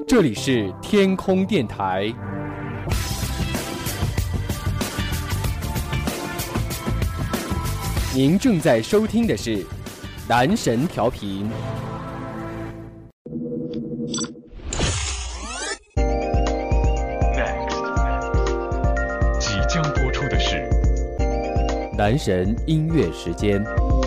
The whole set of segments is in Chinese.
这里是天空电台，您正在收听的是男神调频。 即将播出的是男神音乐时间。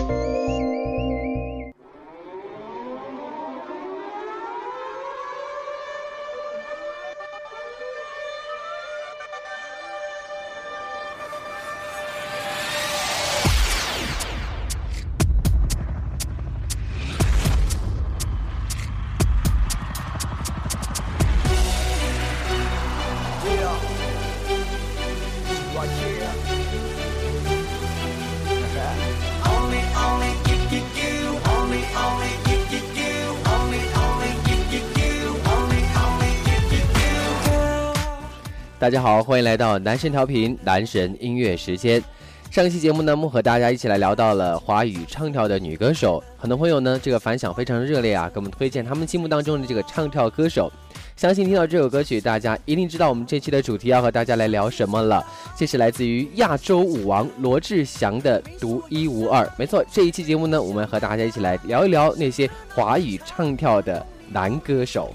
大家好，欢迎来到男神调频男神音乐时间。上期节目呢，我们和大家一起来聊到了华语唱跳的女歌手，很多朋友呢这个反响非常热烈啊，给我们推荐他们心目当中的这个唱跳歌手。相信听到这首歌曲，大家一定知道我们这期的主题要和大家来聊什么了。这是来自于亚洲舞王罗志祥的独一无二。没错，这一期节目呢，我们和大家一起来聊一聊那些华语唱跳的男歌手。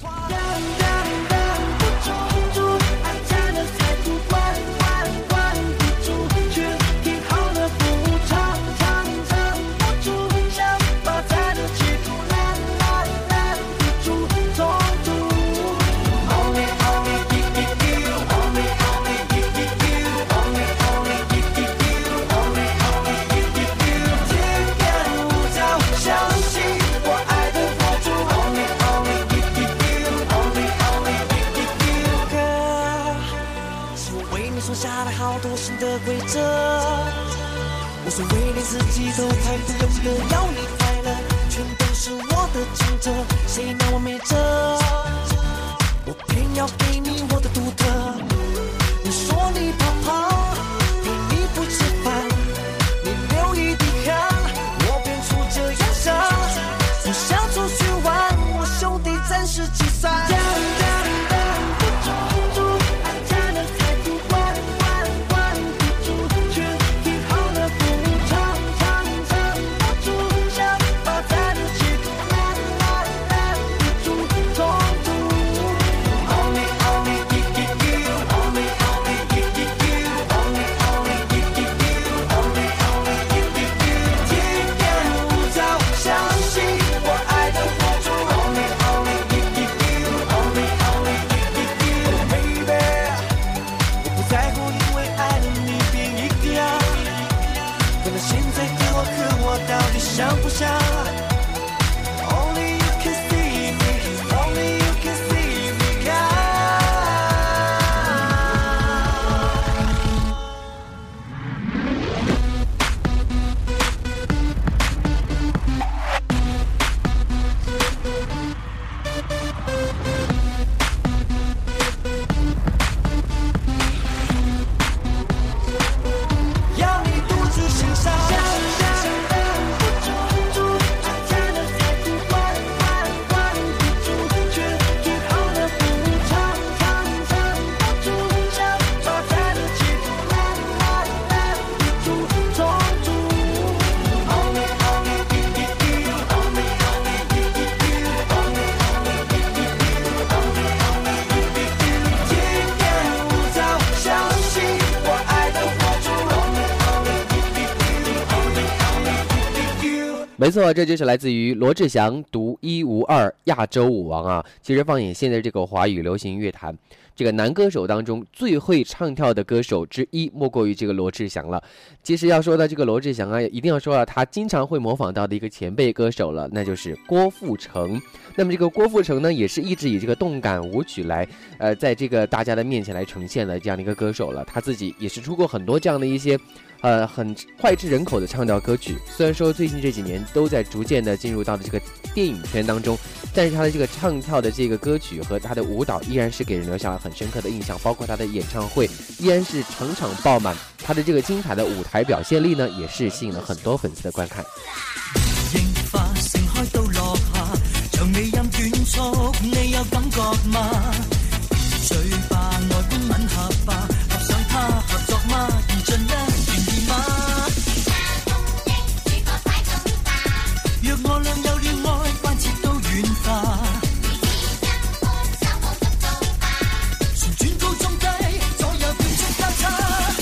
规则，无所谓连自己都太不容的要你快乐，全都是我的竞争，谁拿我没辙？我偏要给你我的独特。你说你怕胖，陪你不吃饭，你流一滴汗，我变出这样想。不想出去玩，我兄弟暂时解散。想不想 Only you can see me Only you can see me 要你独自欣赏没错，这就是来自于罗志祥独一无二亚洲舞王啊！其实放眼现在这个华语流行乐坛，这个男歌手当中最会唱跳的歌手之一，莫过于这个罗志祥了。其实要说到这个罗志祥啊，一定要说到他经常会模仿到的一个前辈歌手了，那就是郭富城。那么这个郭富城呢，也是一直以这个动感舞曲来，在这个大家的面前来呈现的这样的一个歌手了。他自己也是出过很多这样的一些。很脍炙人口的唱跳歌曲，虽然说最近这几年都在逐渐的进入到了这个电影圈当中，但是他的这个唱跳的这个歌曲和他的舞蹈依然是给人留下了很深刻的印象，包括他的演唱会依然是场场爆滿，他的这个精彩的舞台表现力呢，也是吸引了很多粉丝的观看。櫻花盛開到落下，長尾音短促，你有感覺覺嗎？嘴巴外觀吻合吧，合上它合作嗎？言盡一願意嗎？若我倆有了愛，關切都軟化。旋轉高中低，左右變出交叉。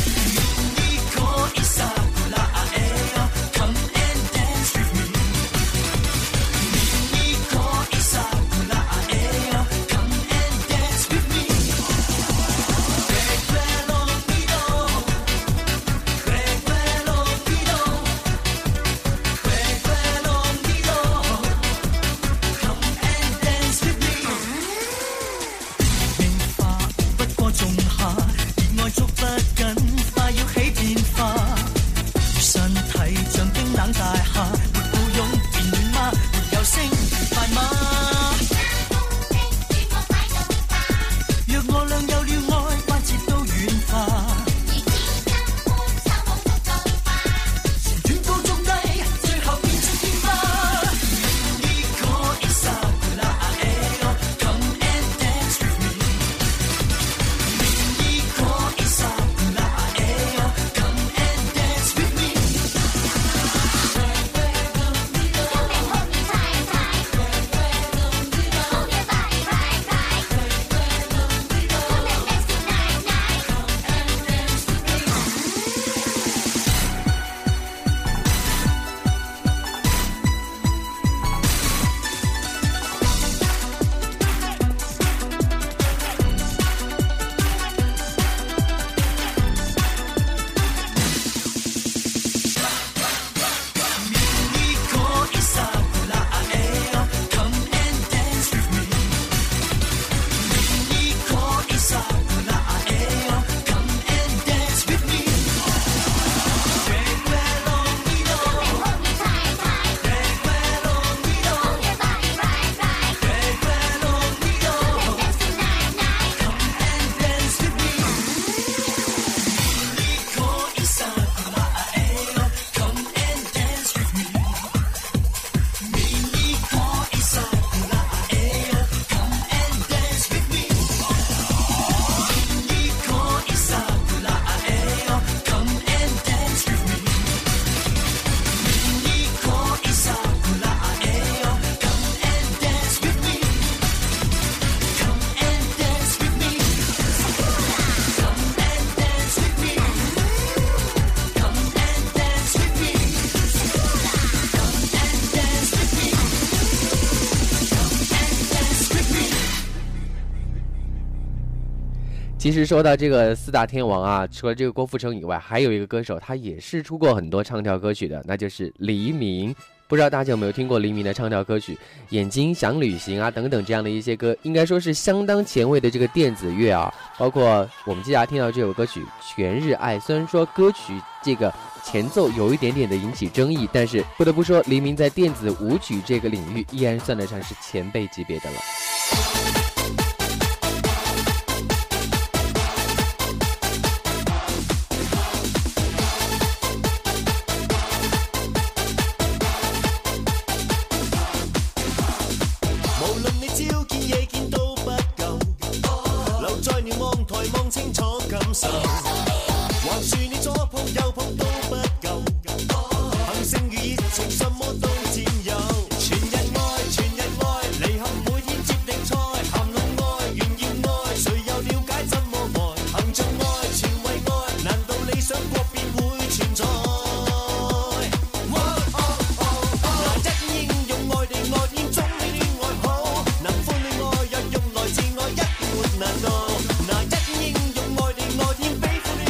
其实说到这个四大天王啊，除了这个郭富城以外，还有一个歌手，他也是出过很多唱跳歌曲的，那就是黎明。不知道大家有没有听过黎明的唱跳歌曲《眼睛想旅行》啊等等这样的一些歌，应该说是相当前卫的这个电子乐啊。包括我们接下来听到这首歌曲《全日爱》，虽然说歌曲这个前奏有一点点的引起争议，但是不得不说，黎明在电子舞曲这个领域依然算得上是前辈级别的了。 橫豎你左抱右抱都不夠，憑性與熱情什麼都佔有，全日愛全日愛，離合每天接力賽，談論愛炫耀愛，誰又了解怎麼愛，行盡愛全為愛，難道理想國便會存在？一應用愛地愛現中你戀愛好，能歡戀愛若用來自愛一沒難度。一應用愛地愛現比歡戀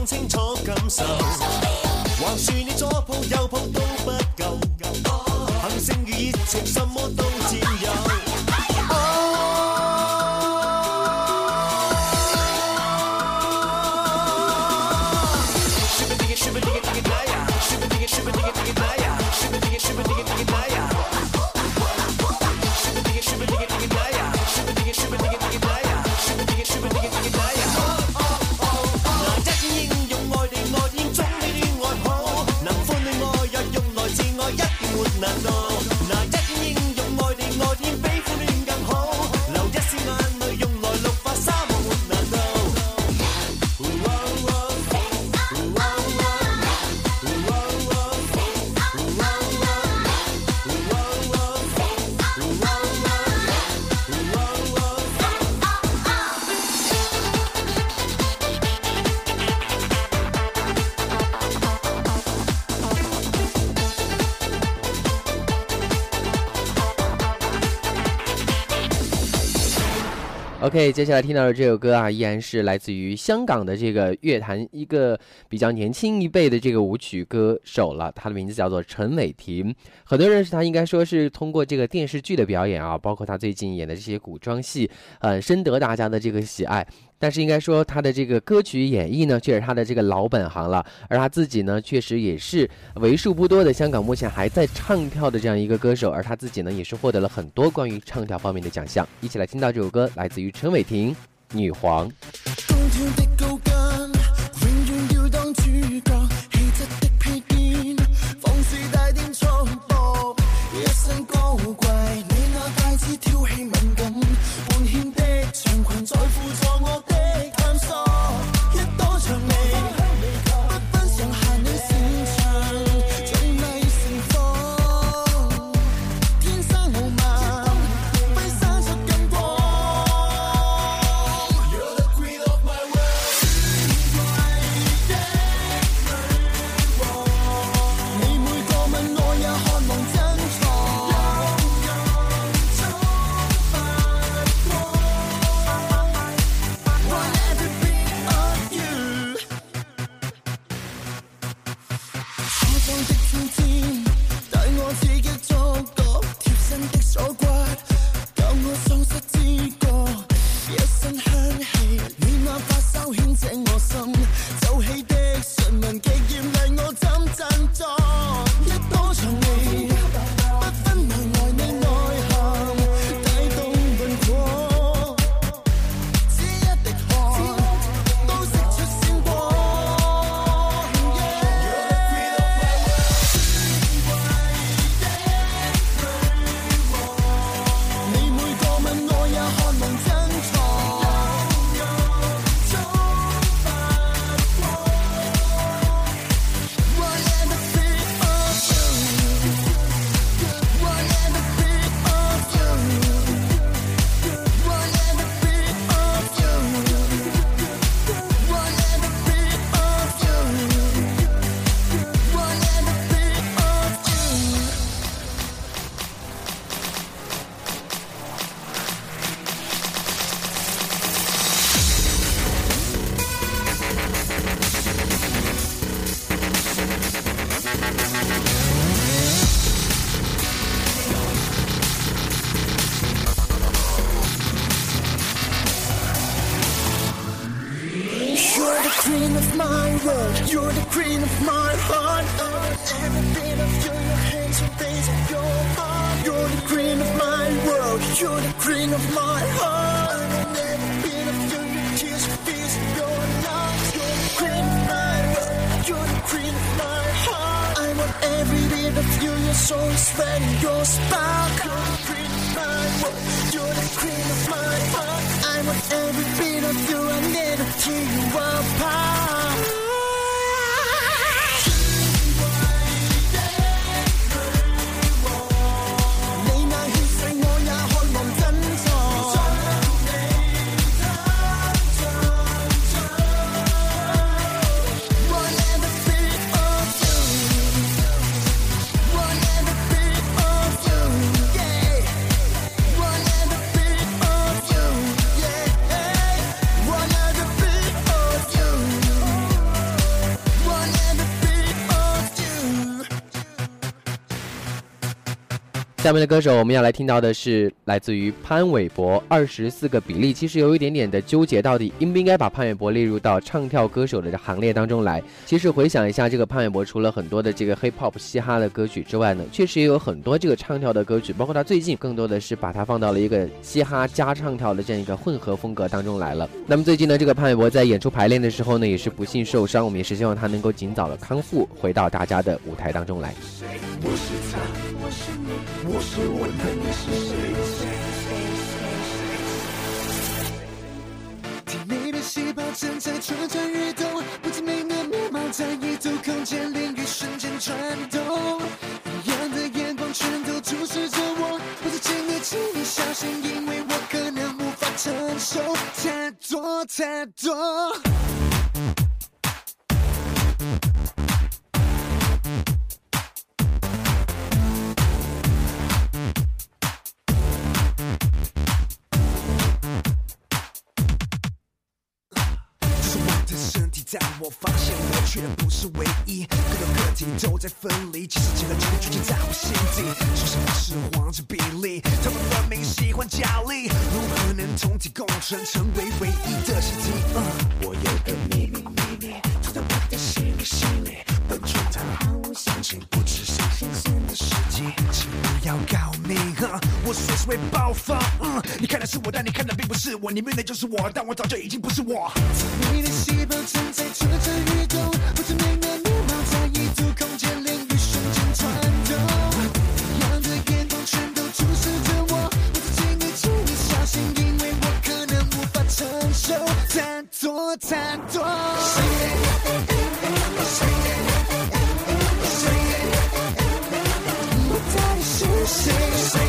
想清楚感受。橫豎你左抱右抱都不夠，恒星與熱情什麼都佔有。 OK， 接下来听到的这首歌啊，依然是来自于香港的这个乐坛一个比较年轻一辈的这个舞曲歌手了，他的名字叫做陈伟霆。很多人认识他，应该说是通过这个电视剧的表演啊，包括他最近演的这些古装戏，深得大家的这个喜爱。但是应该说他的这个歌曲演绎呢，却是他的这个老本行了。而他自己呢，确实也是为数不多的香港目前还在唱跳的这样一个歌手，而他自己呢，也是获得了很多关于唱跳方面的奖项。一起来听到这首歌，来自于陈伟霆《女皇》。 在輔助我的探索，一多場味，不分上限你擅長，盡力盛放，天生傲慢，揮灑出金光。You're the queen of my world， 尊貴的女王，你每個吻我也渴望珍藏。Queen of my world, you're the queen of my heart. Every bit of you, your hands are raising your heart. You're the queen of my world, you're the queen of my heart. Every bit of you, your tears are freezing your lungs. You're the queen of my world, you're the queen of my heart. I want every bit of you, your soul is spreading your spark. You're the queen of my world, you're the queen of my heart. I want every bit of you, I never tear you apart. One 下面的歌手我们要来听到的是来自于潘玮柏24个比例。其实有一点点的纠结，到底应不应该把潘玮柏列入到唱跳歌手的行列当中来。其实回想一下，这个潘玮柏除了很多的这个 hip hop 嘻哈的歌曲之外呢，确实也有很多这个唱跳的歌曲，包括他最近更多的是把它放到了一个嘻哈加唱跳的这样一个混合风格当中来了。那么最近呢，这个潘玮柏在演出排练的时候呢，也是不幸受伤，我们也是希望他能够尽早的康复，回到大家的舞台当中来。 我是他，我是你，我是我，那你是谁？体内的细胞正在蠢蠢欲动，不知名的面貌在异度空间领域瞬间转动，异样的眼光全都注视着我，我是请你，请你小心，因为我可能无法承受太多太多。但我发现我却不是唯一，各个个体都在分离，其实结合这个剧情在我心底，说什么是黄金比例，他们分明喜欢角力，如何能同体共存，成为唯一的习题？我有个秘密，藏在我的心里，笨拙的毫无详情，不只是新鲜的事情，请不要告密，我随时会爆发。你看的是我，但你看的并不是我，你面对就是我，但我早就已经不是我。你的细胞正在蠢蠢欲动，不知名的面貌在异度空间领域瞬间转动，异样的眼光全都注视着我，我是请你，请你小心，因为我可能无法承受太多太多。我到底是谁？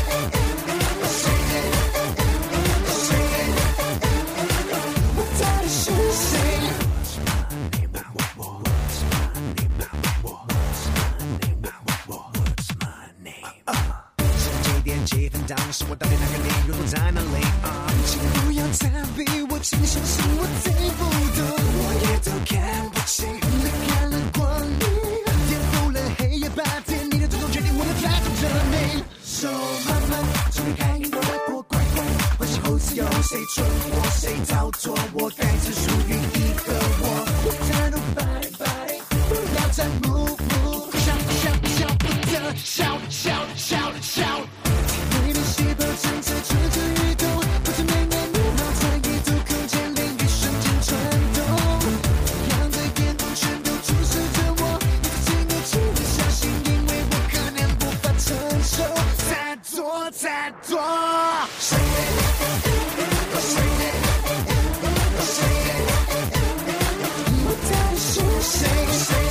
当时我到底哪个理由都在哪里？请不要再逼我，请相信我听不懂，我也都看不清。离开了光明，颠覆了黑夜白天，你的种种决定我的态度证明。手慢慢从离开你的外婆，乖乖，关系后自由，谁蠢我谁逃脱，我该只属于一个我。我太多body，不要再 move， 笑不得，笑。你的细胞正在蠢蠢欲动，不知名的面貌在异度空间领域瞬间转动，异样的眼光全都注视着我，你的请你小心，因为我可能无法承受太多太多。我到底是谁？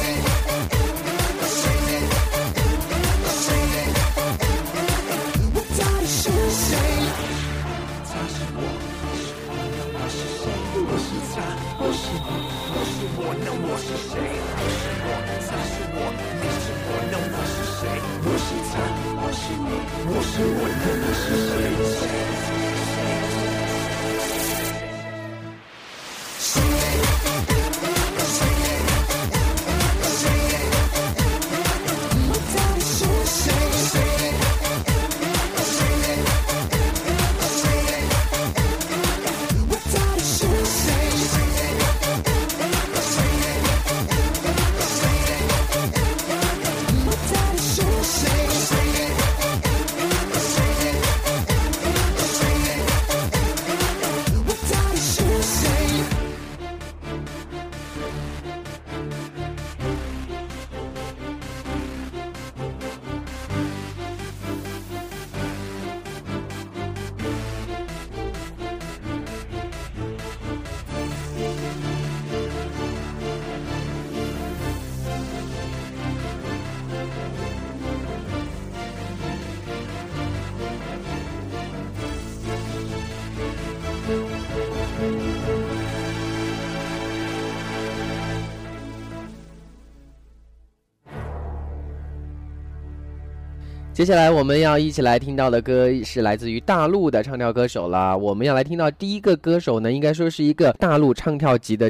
接下来我们要一起来听到的歌是来自于大陆的唱跳歌手啦。我们要来听到第一个歌手呢，应该说是一个大陆唱跳级的这个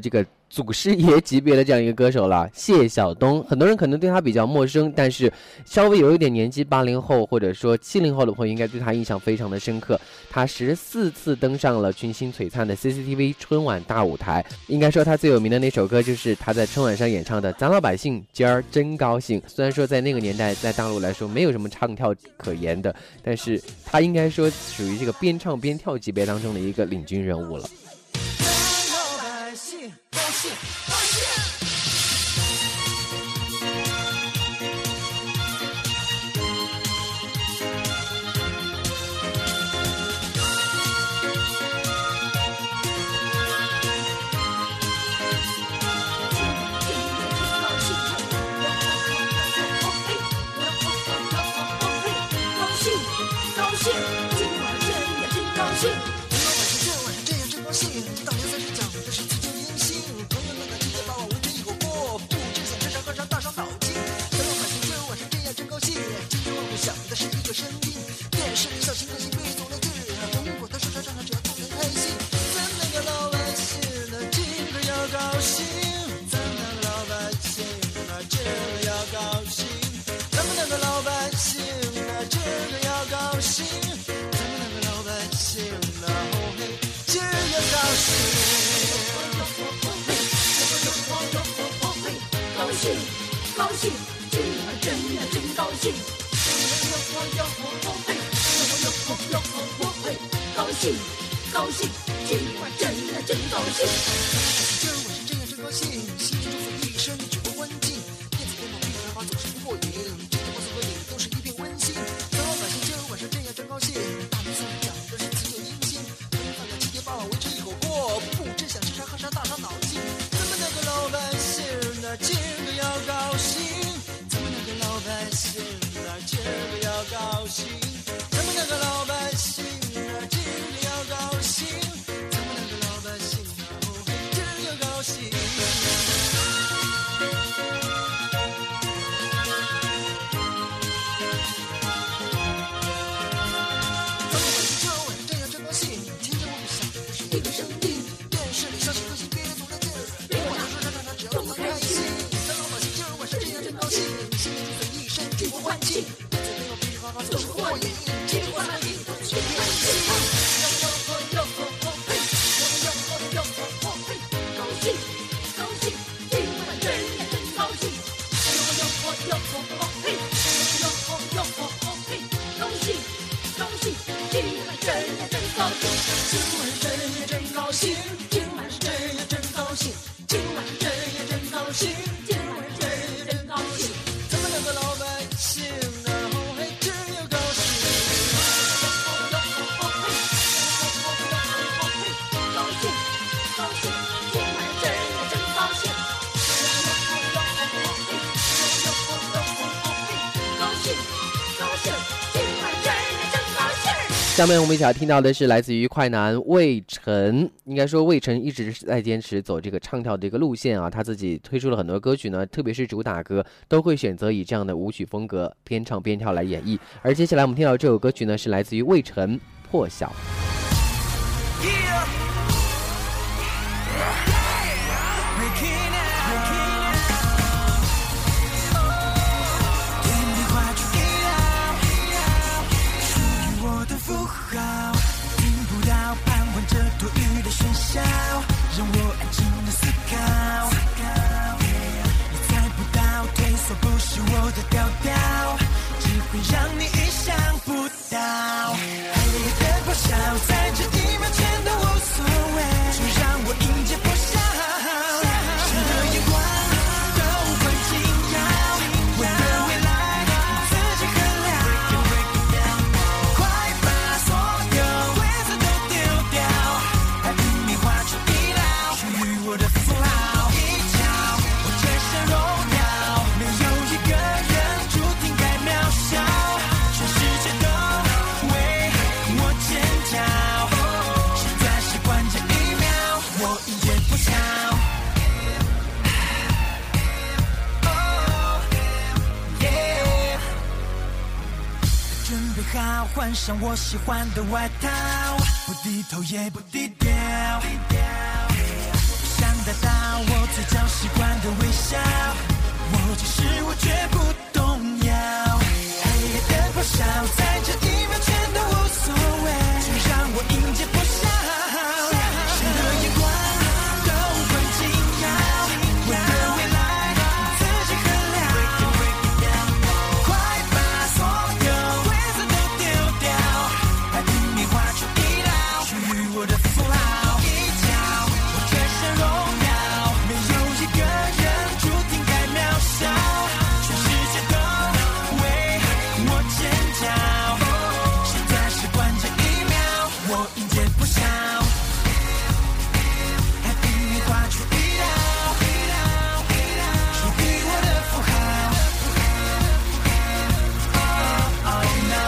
祖师爷级别的这样一个歌手了，谢晓东。很多人可能对他比较陌生，但是稍微有一点年纪，80后或者说70后的朋友应该对他印象非常的深刻。他14次登上了群星璀璨的 CCTV 春晚大舞台，应该说他最有名的那首歌就是他在春晚上演唱的《咱老百姓今儿真高兴》。虽然说在那个年代在大陆来说没有什么唱跳可言的，但是他应该说属于这个边唱边跳级别当中的一个领军人物了。下面我们一起来听到的是来自于快男魏晨。应该说魏晨一直是在坚持走这个唱跳的一个路线啊，他自己推出了很多歌曲呢，特别是主打歌都会选择以这样的舞曲风格边唱边跳来演绎。而接下来我们听到这首歌曲呢，是来自于魏晨《破晓》。 让我安静的思考，你猜不到，退缩不是我的调调，只会让你意想不到。黑夜的破晓，在这一秒全都无所谓，就让我迎接破晓。谁的眼光都会紧要，我的未来自己衡量。快把所有规则都丢掉，还拼命画出我的符号一角，我全身荣耀，没有一个人注定该渺小，全世界都为我尖叫，现在是关键一秒，我迎接破晓。准备好，换上我喜欢的外套，不低头也不低调。想得到我嘴角习惯的微笑，我就是我绝不动摇。黑夜的咆哮，在这一秒全都无所谓，就让我迎接破晓。谁的眼光都很紧要，我的未来自己衡量。快把所有规则都丢掉，把拼命画出一道属于我的符号。一脚我全身荣耀，没有一个人注定该渺小，全世界都为我尖叫。现在是关键一秒，我迎接破晓，还拼命画出一道属于我的符号。Oh no，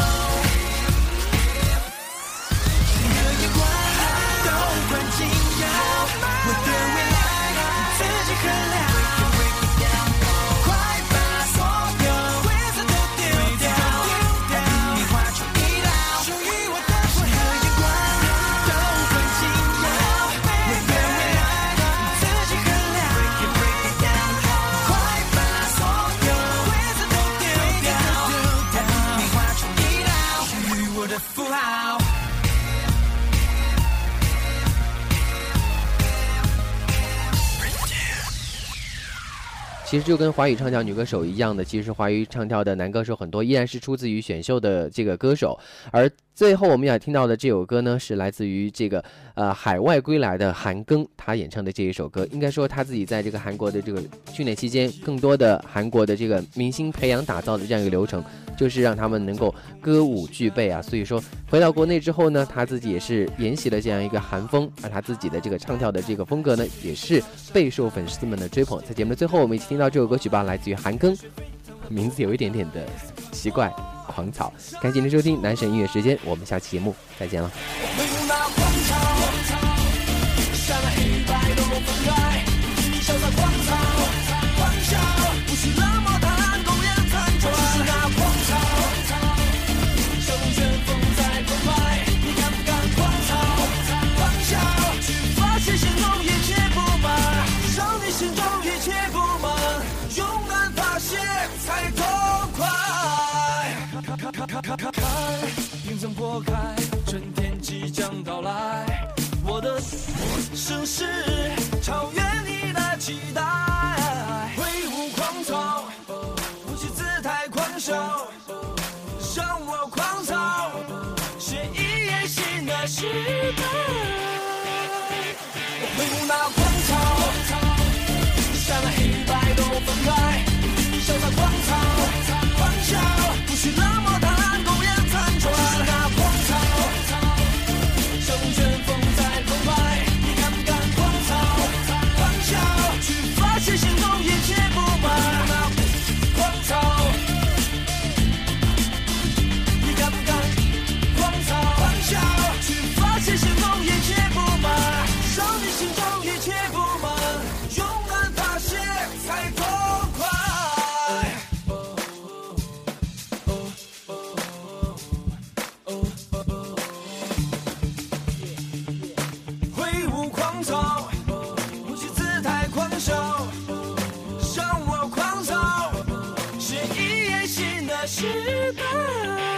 谁的眼光都很紧要，我的未来自己衡量。快把所有规则都丢掉，还拼命画出一道属于我的符号。眼光都很紧要，我的未来自己衡量。快把所有规则都丢掉，还拼命画出一道属于我的符号。 其实就跟华语唱跳女歌手一样的，其实华语唱跳的男歌手很多依然是出自于选秀的这个歌手，而最后我们要听到的这首歌呢，是来自于这个海外归来的韩庚，他演唱的这一首歌，应该说他自己在这个韩国的这个训练期间，更多的韩国的这个明星培养打造的这样一个流程，就是让他们能够歌舞俱备啊。所以说回到国内之后呢，他自己也是沿袭了这样一个韩风，而他自己的这个唱跳的这个风格呢，也是备受粉丝们的追捧。在节目的最后，我们一起听到这首歌曲吧，来自于韩庚，名字有一点点的奇怪，狂草。感谢您收听男神音乐时间，我们下期节目再见了。 回顾那狂潮，闪了黑白都分开，潇洒狂潮，狂笑，不许冷漠谈公演残喘。是那狂潮，像龙卷风在澎湃，你敢不敢狂潮，狂笑，去发泄心中一切不满，让你心中一切不满，勇敢发泄才痛快。冰层破开，春天即将到来，我的盛世超越你的期待，挥舞狂潮，不屈姿态狂笑，让我狂潮，写一页新的时代。我挥舞那狂潮，闪了黑白都分开，潇洒狂潮，狂笑，不许冷漠谈公演残喘。是那狂潮，像龙卷风在澎湃，你敢不敢狂潮，狂笑，去发泄心中一切不满。那狂潮，你敢不敢狂潮，狂笑，去发泄心中一切不满，让你心中一切不满，勇敢发泄才痛快。挥舞狂潮，不屈姿态狂笑，让我狂潮，写一页新的时代。